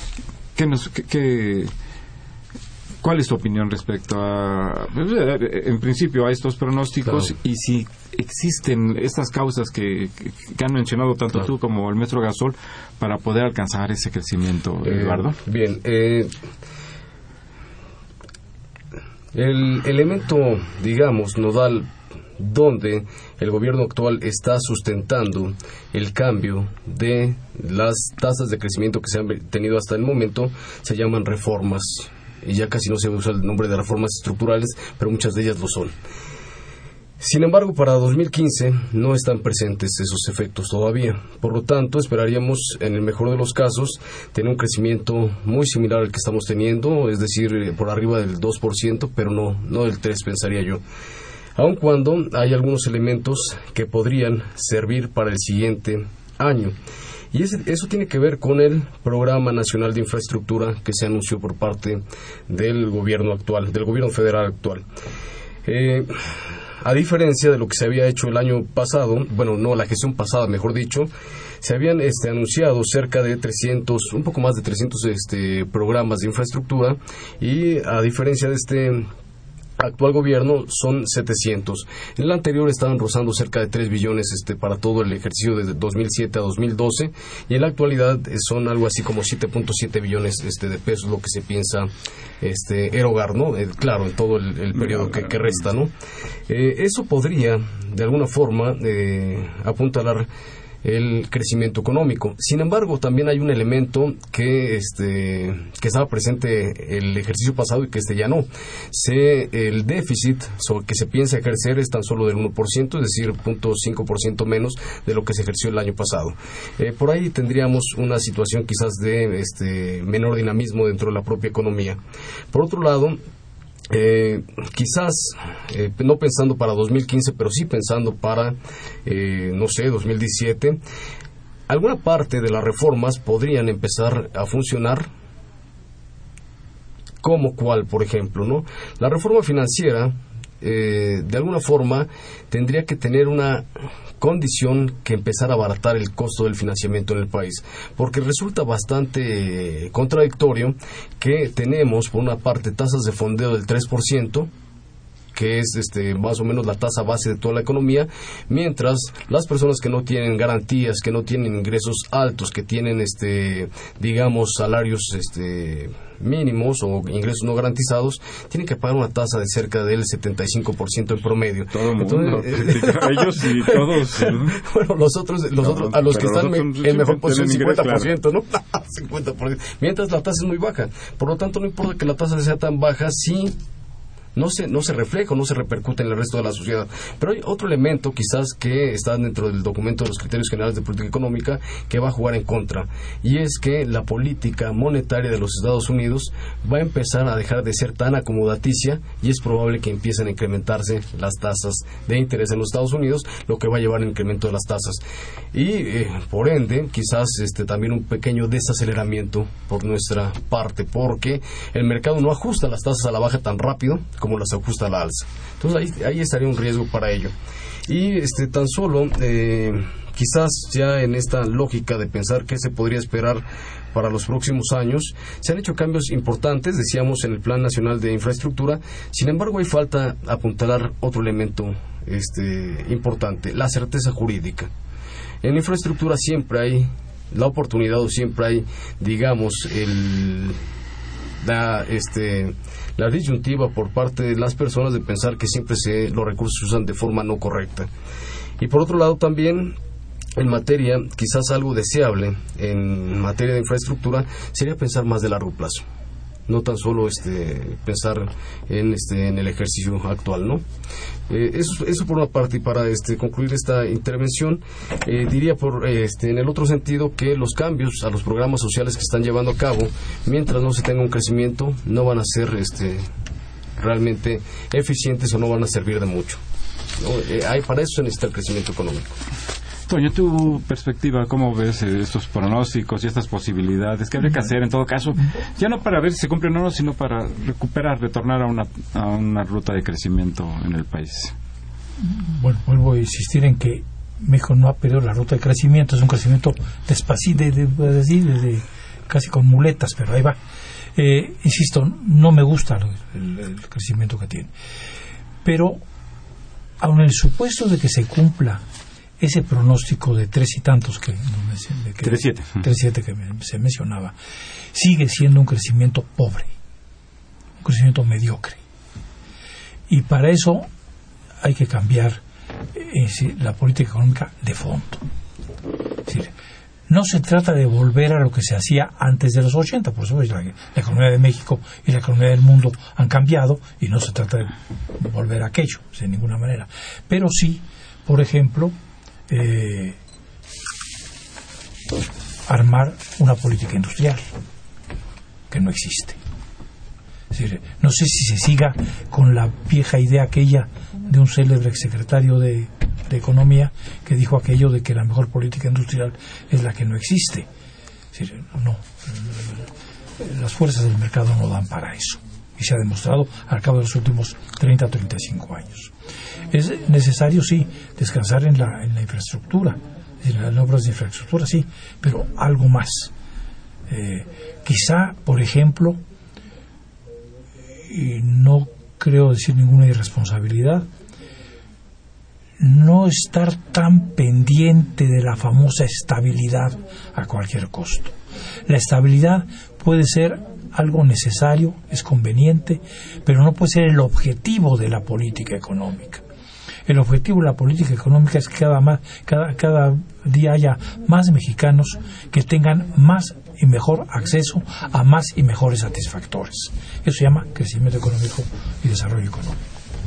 ¿Cuál es tu opinión respecto en principio, a estos pronósticos? Claro. Y si existen estas causas que han mencionado tanto tú como el maestro Gasol para poder alcanzar ese crecimiento, Eduardo. Bien, el elemento, digamos, nodal donde el gobierno actual está sustentando el cambio de las tasas de crecimiento que se han tenido hasta el momento, se llaman reformas. Y ya casi no se usa el nombre de reformas estructurales, pero muchas de ellas lo son. Sin embargo, para 2015 no están presentes esos efectos todavía. Por lo tanto, esperaríamos, en el mejor de los casos, tener un crecimiento muy similar al que estamos teniendo, es decir, por arriba del 2%, pero no del 3%, pensaría yo. Aun cuando hay algunos elementos que podrían servir para el siguiente año. Y eso tiene que ver con el Programa Nacional de Infraestructura que se anunció por parte del gobierno actual, del gobierno federal actual. A diferencia de lo que se había hecho el año pasado, la gestión pasada, mejor dicho, se habían anunciado cerca de 300, un poco más de 300 programas de infraestructura, y a diferencia de este actual gobierno son 700. En el anterior estaban rozando cerca de 3 billones para todo el ejercicio de 2007 a 2012, y en la actualidad son algo así como 7.7 billones de pesos lo que se piensa erogar, ¿no? Claro, en todo el periodo que resta, ¿no? Eso podría de alguna forma apuntalar el crecimiento económico. Sin embargo, también hay un elemento que estaba presente el ejercicio pasado y que ya no. El déficit que se piensa ejercer es tan solo del 1%, es decir, 0.5% menos de lo que se ejerció el año pasado. Por ahí tendríamos una situación quizás de menor dinamismo dentro de la propia economía. Por otro lado, quizás no pensando para 2015, pero sí pensando para 2017, alguna parte de las reformas podrían empezar a funcionar, como cuál, por ejemplo, ¿no? La reforma financiera de alguna forma tendría que tener una condición que empezar a abaratar el costo del financiamiento en el país, porque resulta bastante contradictorio que tenemos por una parte tasas de fondeo del 3%, que es más o menos la tasa base de toda la economía, mientras las personas que no tienen garantías, que no tienen ingresos altos, que tienen digamos salarios mínimos o ingresos no garantizados, tienen que pagar una tasa de cerca del 75% en promedio. Todo el mundo, ellos y todos. Bueno, los otros a los que están en mejor posición, 50%, ¿no? 50%. Mientras la tasa es muy baja. Por lo tanto, no importa que la tasa sea tan baja si no se refleja, no se repercute en el resto de la sociedad. Pero hay otro elemento quizás que está dentro del documento de los criterios generales de política económica que va a jugar en contra, y es que la política monetaria de los Estados Unidos va a empezar a dejar de ser tan acomodaticia, y es probable que empiecen a incrementarse las tasas de interés en los Estados Unidos, lo que va a llevar al incremento de las tasas. Y por ende, quizás también un pequeño desaceleramiento por nuestra parte, porque el mercado no ajusta las tasas a la baja tan rápido como las ajusta a la alza. Entonces ahí estaría un riesgo para ello. Y tan solo quizás ya en esta lógica de pensar qué se podría esperar para los próximos años, se han hecho cambios importantes, decíamos, en el Plan Nacional de Infraestructura. Sin embargo, hay falta apuntalar otro elemento importante, la certeza jurídica. En infraestructura siempre hay la oportunidad, o siempre hay, digamos, la disyuntiva por parte de las personas de pensar que siempre los recursos se usan de forma no correcta. Y por otro lado también, en materia, quizás algo deseable en materia de infraestructura, sería pensar más de largo plazo, no tan solo pensar en el ejercicio actual, ¿no? Eso por una parte. Y para concluir esta intervención, diría en el otro sentido que los cambios a los programas sociales que están llevando a cabo, mientras no se tenga un crecimiento, no van a ser realmente eficientes o no van a servir de mucho, ¿no? Para eso se necesita el crecimiento económico. Toño, tu perspectiva, ¿cómo ves estos pronósticos y estas posibilidades? ¿Qué habría que hacer en todo caso? Ya no para ver si se cumplen o no, sino para retornar a una ruta de crecimiento en el país. Bueno, vuelvo a insistir en que México no ha perdido la ruta de crecimiento, es un crecimiento despacito, casi con muletas, pero ahí va. Insisto, no me gusta el crecimiento que tiene. Pero, aun en el supuesto de que se cumpla ese pronóstico de 3 y tantos 3.7 que se mencionaba, sigue siendo un crecimiento pobre, un crecimiento mediocre, y para eso hay que cambiar la política económica de fondo. Es decir, no se trata de volver a lo que se hacía antes de los 80, por supuesto, la economía de México y la economía del mundo han cambiado y no se trata de volver a aquello, de ninguna manera, pero sí, por ejemplo, armar una política industrial que no existe. Es decir, no sé si se siga con la vieja idea aquella de un célebre exsecretario de Economía que dijo aquello de que la mejor política industrial es la que no existe. Es decir, no, las fuerzas del mercado no dan para eso, y se ha demostrado al cabo de los últimos 30 o 35 años. Es necesario, sí, descansar en la infraestructura, en las obras de infraestructura, sí, pero algo más. Quizá, por ejemplo, y no creo decir ninguna irresponsabilidad, no estar tan pendiente de la famosa estabilidad a cualquier costo. La estabilidad puede ser algo necesario, es conveniente, pero no puede ser el objetivo de la política económica. El objetivo de la política económica es que cada día haya más mexicanos que tengan más y mejor acceso a más y mejores satisfactores. Eso se llama crecimiento económico y desarrollo económico.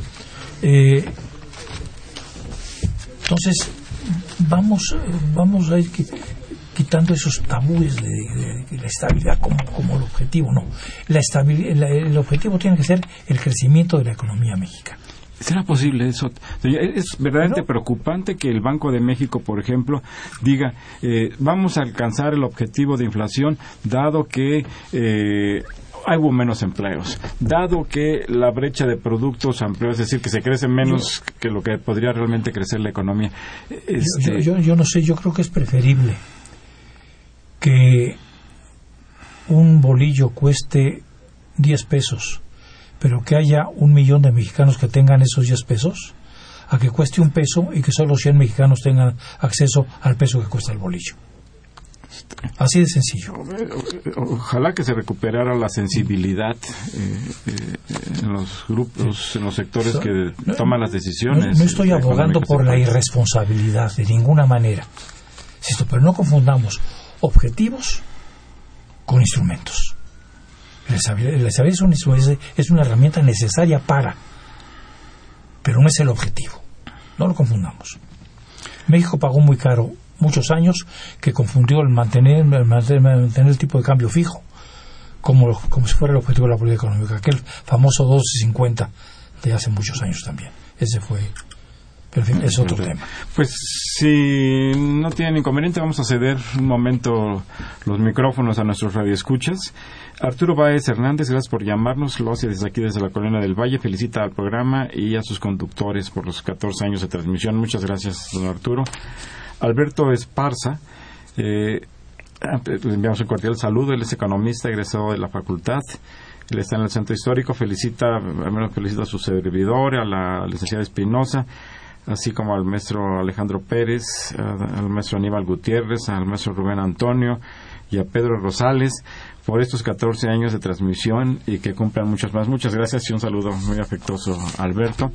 Entonces, vamos a ir quitando esos tabúes de la estabilidad como el objetivo. No, el objetivo tiene que ser el crecimiento de la economía mexicana. ¿Será posible eso? Es verdaderamente preocupante que el Banco de México, por ejemplo, diga, vamos a alcanzar el objetivo de inflación dado que hubo menos empleos, dado que la brecha de productos amplió, es decir, que se crece menos que lo que podría realmente crecer la economía. Yo no sé, yo creo que es preferible que un bolillo cueste 10 pesos, pero que haya 1 millón de mexicanos que tengan esos 10 pesos, a que cueste 1 peso y que solo 100 mexicanos tengan acceso al peso que cuesta el bolillo. Así de sencillo. Ojalá que se recuperara la sensibilidad en los grupos, en los sectores que toman las decisiones. No estoy abogando por la irresponsabilidad de ninguna manera, pero no confundamos objetivos con instrumentos. El saber es una herramienta necesaria pero no es el objetivo. No lo confundamos. México pagó muy caro muchos años que confundió el mantener el tipo de cambio fijo como si fuera el objetivo de la política económica. Aquel famoso 2.50 de hace muchos años también. Ese fue... Pero en fin, es otro tema. Pues si no tienen inconveniente, vamos a ceder un momento los micrófonos a nuestros radioescuchas. Arturo Báez Hernández, gracias por llamarnos. Lo hace desde aquí, desde la Colonia del Valle. Felicita al programa y a sus conductores por los 14 años de transmisión. Muchas gracias, don Arturo. Alberto Esparza, le enviamos un cordial saludo. Él es economista, egresado de la facultad. Él está en el Centro Histórico. Felicita a su servidor, a la licenciada Espinosa, así como al maestro Alejandro Pérez, al maestro Aníbal Gutiérrez, al maestro Rubén Antonio y a Pedro Rosales por estos 14 años de transmisión y que cumplan muchos más. Muchas gracias y un saludo muy afectuoso a Alberto.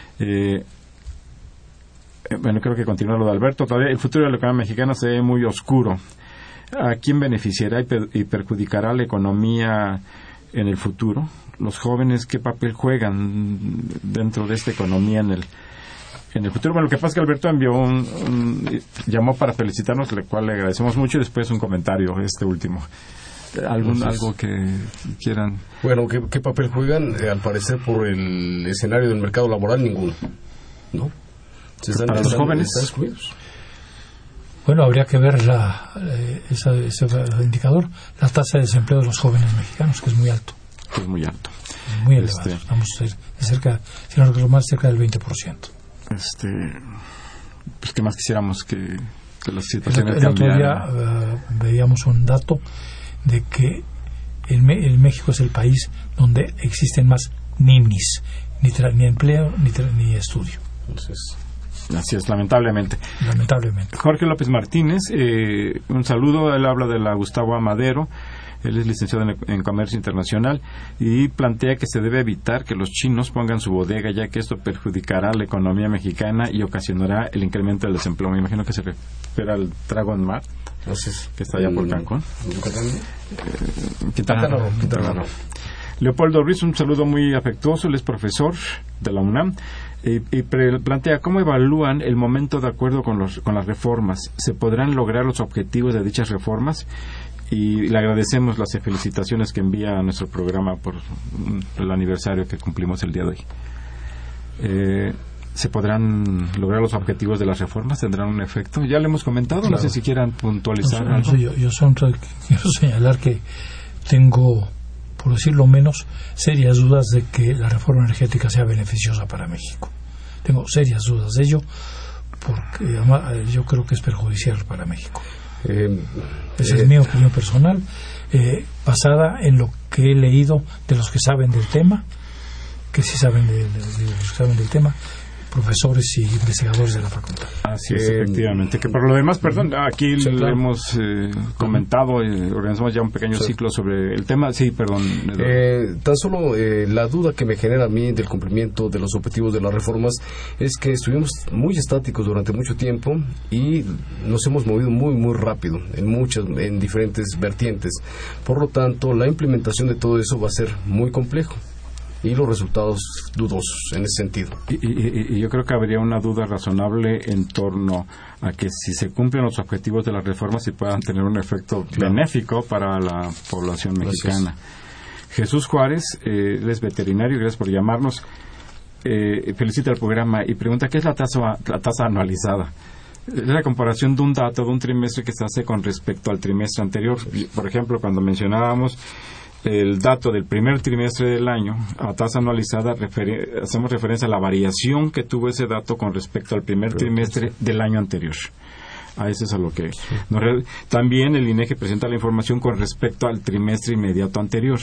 Bueno, creo que continúa lo de Alberto. Todavía el futuro de la economía mexicana se ve muy oscuro. ¿A quién beneficiará y perjudicará la economía en el futuro? Los jóvenes, ¿qué papel juegan dentro de esta economía en el futuro? Bueno, lo que pasa es que Alberto llamó para felicitarnos, lo cual le agradecemos mucho, y después un comentario, último. ¿Algo que quieran? Bueno, ¿qué papel juegan? Al parecer, por el escenario del mercado laboral, ninguno, ¿no? Para los jóvenes. Están excluidos. Bueno, habría que ver ese indicador, la tasa de desempleo de los jóvenes mexicanos, que es muy alto. Es muy alto. Es muy elevado. Estamos cerca, si no recuerdo mal, cerca del 20%. Pues que más quisiéramos que la situación cambiara. El otro día veíamos un dato de que el México es el país donde existen más ninis, ni empleo ni estudio. Entonces, así es, lamentablemente. Jorge López Martínez, un saludo. Él habla de la Gustavo Amadero. Él es licenciado en Comercio Internacional y plantea que se debe evitar que los chinos pongan su bodega, ya que esto perjudicará la economía mexicana y ocasionará el incremento del desempleo. Me imagino que se refiere al Dragon Mart, que está allá por Cancún. Quintana Roo. Leopoldo Ruiz, un saludo muy afectuoso. Él es profesor de la UNAM y plantea cómo evalúan el momento de acuerdo con las reformas. ¿Se podrán lograr los objetivos de dichas reformas? Y le agradecemos las felicitaciones que envía a nuestro programa por el aniversario que cumplimos el día de hoy. ¿Se podrán lograr los objetivos de las reformas? ¿Tendrán un efecto? Ya lo hemos comentado, claro. No sé si quieran puntualizar algo. Yo quiero señalar que tengo, por decirlo menos, serias dudas de que la reforma energética sea beneficiosa para México. Tengo serias dudas de ello, porque yo creo que es perjudicial para México. Esa es mi opinión personal, basada en lo que he leído de los que saben del tema, que sí saben de los que saben del tema. profesores y investigadores de la facultad. Así es, efectivamente. Que por lo demás, perdón, aquí sí, claro. hemos comentado, organizamos ya un pequeño ciclo sobre el tema. Sí, perdón. Tan solo la duda que me genera a mí del cumplimiento de los objetivos de las reformas es que estuvimos muy estáticos durante mucho tiempo y nos hemos movido muy rápido en diferentes vertientes. Por lo tanto, la implementación de todo eso va a ser muy complejo y los resultados dudosos en ese sentido. Y yo creo que habría una duda razonable en torno a que si se cumplen los objetivos de las reformas y puedan tener un efecto benéfico para la población mexicana. Jesús Juárez, él es veterinario, gracias por llamarnos, felicita el programa y pregunta ¿qué es la tasa anualizada? Es la comparación de un dato de un trimestre que se hace con respecto al trimestre anterior. Por ejemplo, cuando mencionábamos el dato del primer trimestre del año, a tasa anualizada, hacemos referencia a la variación que tuvo ese dato con respecto al primer trimestre del año anterior. A eso es a lo que... También el INEGI presenta la información con respecto al trimestre inmediato anterior.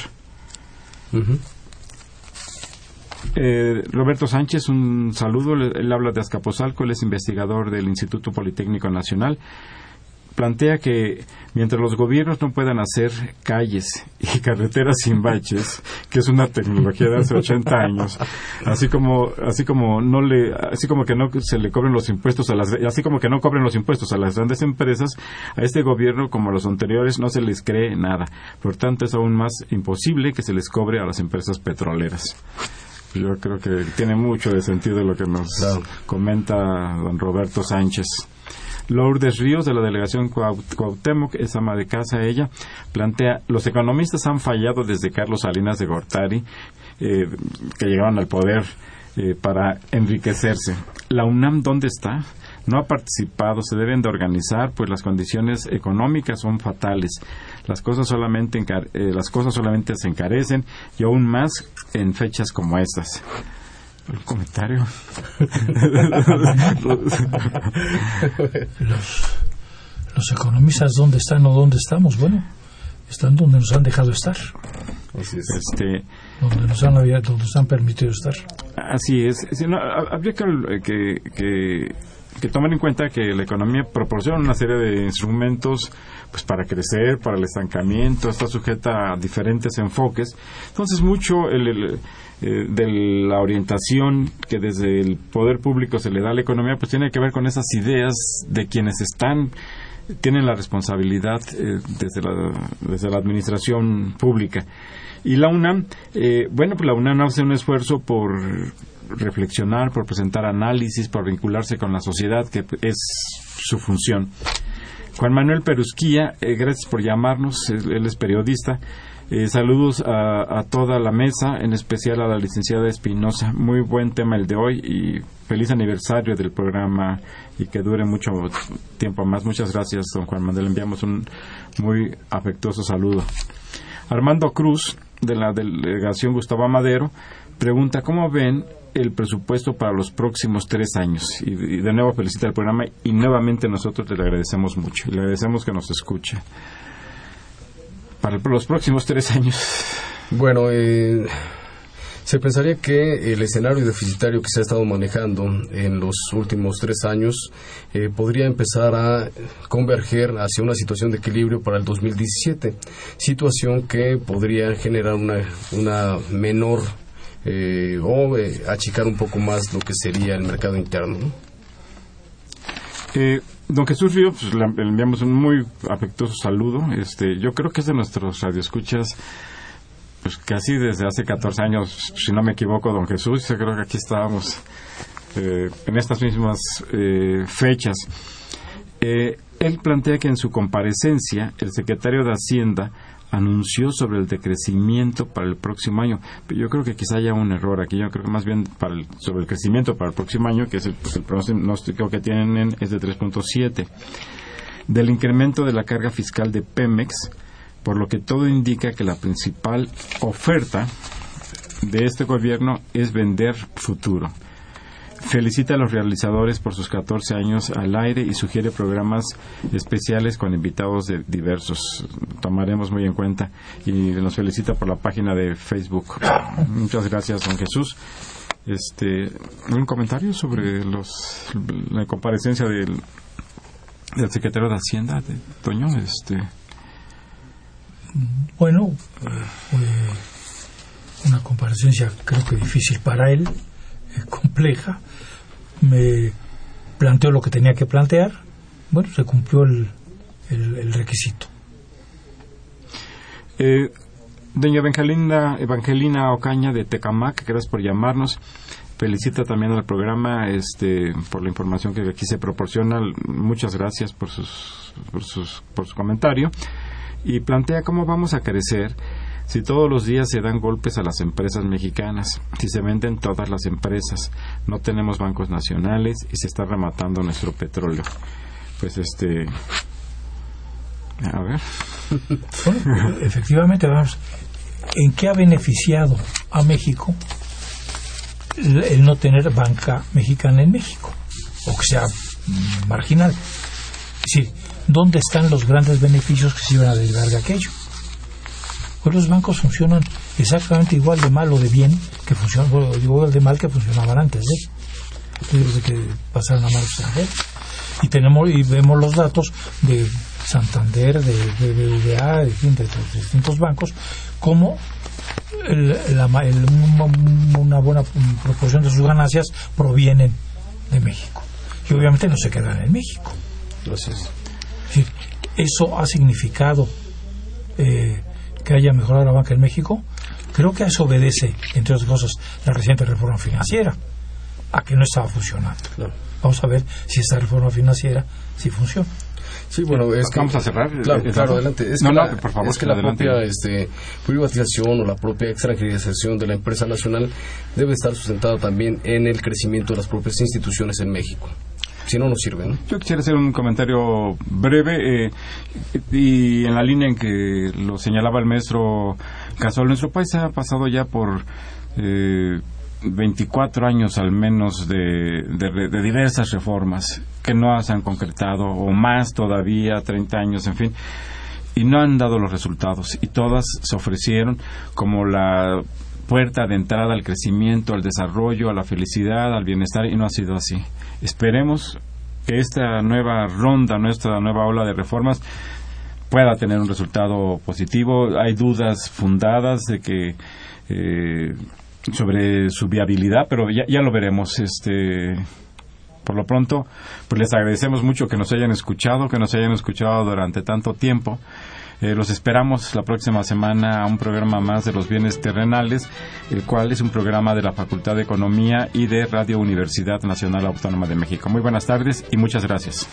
Roberto Sánchez, un saludo. Él habla de Azcapotzalco, él es investigador del Instituto Politécnico Nacional. Plantea que mientras los gobiernos no puedan hacer calles y carreteras sin baches, que es una tecnología de hace 80 años, así como que no se le cobren los impuestos así como que no cobren los impuestos a las grandes empresas, a este gobierno como a los anteriores no se les cree nada. Por tanto, es aún más imposible que se les cobre a las empresas petroleras. Yo creo que tiene mucho de sentido lo que nos comenta don Roberto Sánchez. Lourdes Ríos, de la delegación Cuauhtémoc, es ama de casa ella, plantea, los economistas han fallado desde Carlos Salinas de Gortari, que llegaban al poder para enriquecerse. ¿La UNAM dónde está? No ha participado, se deben de organizar, pues las condiciones económicas son fatales. Las cosas solamente se encarecen y aún más en fechas como estas. ¿Un comentario? Los economistas, ¿dónde están o dónde estamos? Bueno, están donde nos han dejado estar. Así es. Donde nos han permitido estar. Así es. Habría que tomar en cuenta que la economía proporciona una serie de instrumentos pues para crecer, para el estancamiento, está sujeta a diferentes enfoques. Entonces, mucho de la orientación que desde el poder público se le da a la economía, pues tiene que ver con esas ideas de quienes tienen la responsabilidad desde la administración pública. Y la UNAM, pues la UNAM hace un esfuerzo por reflexionar, por presentar análisis, por vincularse con la sociedad, que es su función. Juan Manuel Perusquía, gracias por llamarnos, él es periodista. Saludos a toda la mesa, en especial a la licenciada Espinosa. Muy buen tema el de hoy y feliz aniversario del programa y que dure mucho tiempo más. Muchas gracias, don Juan Manuel. Enviamos un muy afectuoso saludo. Armando Cruz, de la delegación Gustavo Amadero, pregunta ¿cómo ven el presupuesto para los próximos 3 años? Y de nuevo felicita el programa y nuevamente nosotros le agradecemos mucho. Le agradecemos que nos escuche. Para los próximos 3 años. Bueno, se pensaría que el escenario deficitario que se ha estado manejando en los últimos 3 años podría empezar a converger hacia una situación de equilibrio para el 2017, situación que podría generar una menor o achicar un poco más lo que sería el mercado interno, ¿no? Don Jesús Río, pues, le enviamos un muy afectuoso saludo. Yo creo que es de nuestros radioescuchas, pues casi desde hace 14 años, si no me equivoco, don Jesús. Yo creo que aquí estábamos en estas mismas fechas. Él plantea que en su comparecencia el secretario de Hacienda anunció sobre el decrecimiento para el próximo año. Pero yo creo que quizá haya un error aquí. Yo creo que más bien sobre el crecimiento para el próximo año, que es el pronóstico que tienen, es de 3.7. Del incremento de la carga fiscal de Pemex, por lo que todo indica que la principal oferta de este gobierno es vender futuro. Felicita a los realizadores por sus 14 años al aire y sugiere programas especiales con invitados diversos. Tomaremos muy en cuenta y nos felicita por la página de Facebook. Muchas gracias, don Jesús. ¿Un comentario sobre la comparecencia del secretario de Hacienda, de Toño? Bueno, fue una comparecencia creo que difícil para él, compleja. Me planteó lo que tenía que plantear. Bueno, se cumplió el requisito. Doña Evangelina Ocaña de Tecamac, gracias por llamarnos. Felicita también al programa por la información que aquí se proporciona. Muchas gracias por su comentario. Y plantea cómo vamos a crecer si todos los días se dan golpes a las empresas mexicanas, si se venden todas las empresas, no tenemos bancos nacionales y se está rematando nuestro petróleo. Pues a ver. Bueno, efectivamente, vamos, ¿en qué ha beneficiado a México el no tener banca mexicana en México? O que sea marginal. Es decir, ¿dónde están los grandes beneficios que se iban a derivar de aquello? Pues los bancos funcionan exactamente igual de mal o de bien que funcionan, igual de mal que funcionaban antes de que pasaran a manos extranjeras. Y vemos los datos de Santander, de BBVA, de los distintos bancos, como una buena proporción de sus ganancias provienen de México. Y obviamente no se quedan en México. Gracias. Eso ha significado que haya mejorado la banca en México. Creo que a eso obedece, entre otras cosas, la reciente reforma financiera, a que no estaba funcionando. Claro. Vamos a ver si esta reforma financiera sí funciona. Sí, bueno, es que vamos a cerrar. Claro, adelante. Por favor, es que la propia privatización o la propia extranjerización de la empresa nacional debe estar sustentada también en el crecimiento de las propias instituciones en México. Si no, no sirve, ¿no? Yo quisiera hacer un comentario breve y en la línea en que lo señalaba el maestro Casual. Nuestro país ha pasado ya por 24 años al menos de diversas reformas que no se han concretado, o más todavía, 30 años, en fin, y no han dado los resultados, y todas se ofrecieron como la puerta de entrada al crecimiento, al desarrollo, a la felicidad, al bienestar, y no ha sido así. Esperemos que esta nueva ronda, nuestra nueva ola de reformas pueda tener un resultado positivo. Hay dudas fundadas de que sobre su viabilidad, pero ya lo veremos. Por lo pronto, pues les agradecemos mucho que nos hayan escuchado durante tanto tiempo. Los esperamos la próxima semana a un programa más de los bienes terrenales, el cual es un programa de la Facultad de Economía y de Radio Universidad Nacional Autónoma de México. Muy buenas tardes y muchas gracias.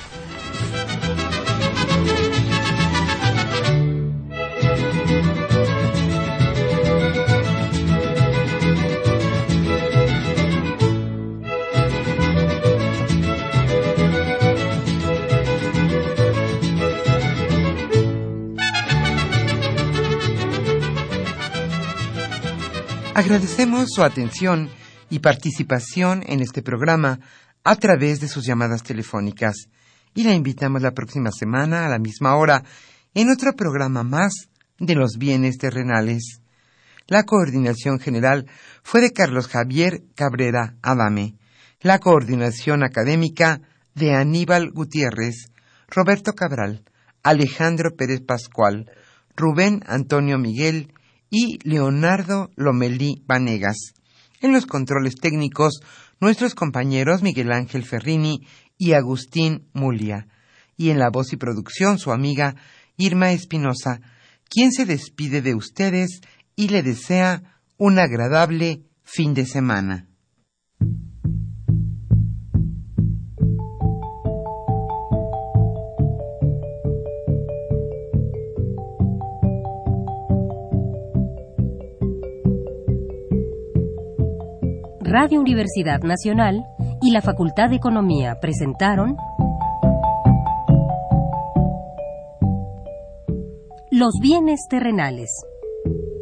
Agradecemos su atención y participación en este programa a través de sus llamadas telefónicas y la invitamos la próxima semana a la misma hora en otro programa más de los bienes terrenales. La coordinación general fue de Carlos Javier Cabrera Adame, la coordinación académica de Aníbal Gutiérrez, Roberto Cabral, Alejandro Pérez Pascual, Rubén Antonio Miguel y Leonardo Lomelí Vanegas. En los controles técnicos, nuestros compañeros Miguel Ángel Ferrini y Agustín Mulia. Y en la voz y producción, su amiga Irma Espinosa, quien se despide de ustedes y le desea un agradable fin de semana. Radio Universidad Nacional y la Facultad de Economía presentaron Los bienes terrenales.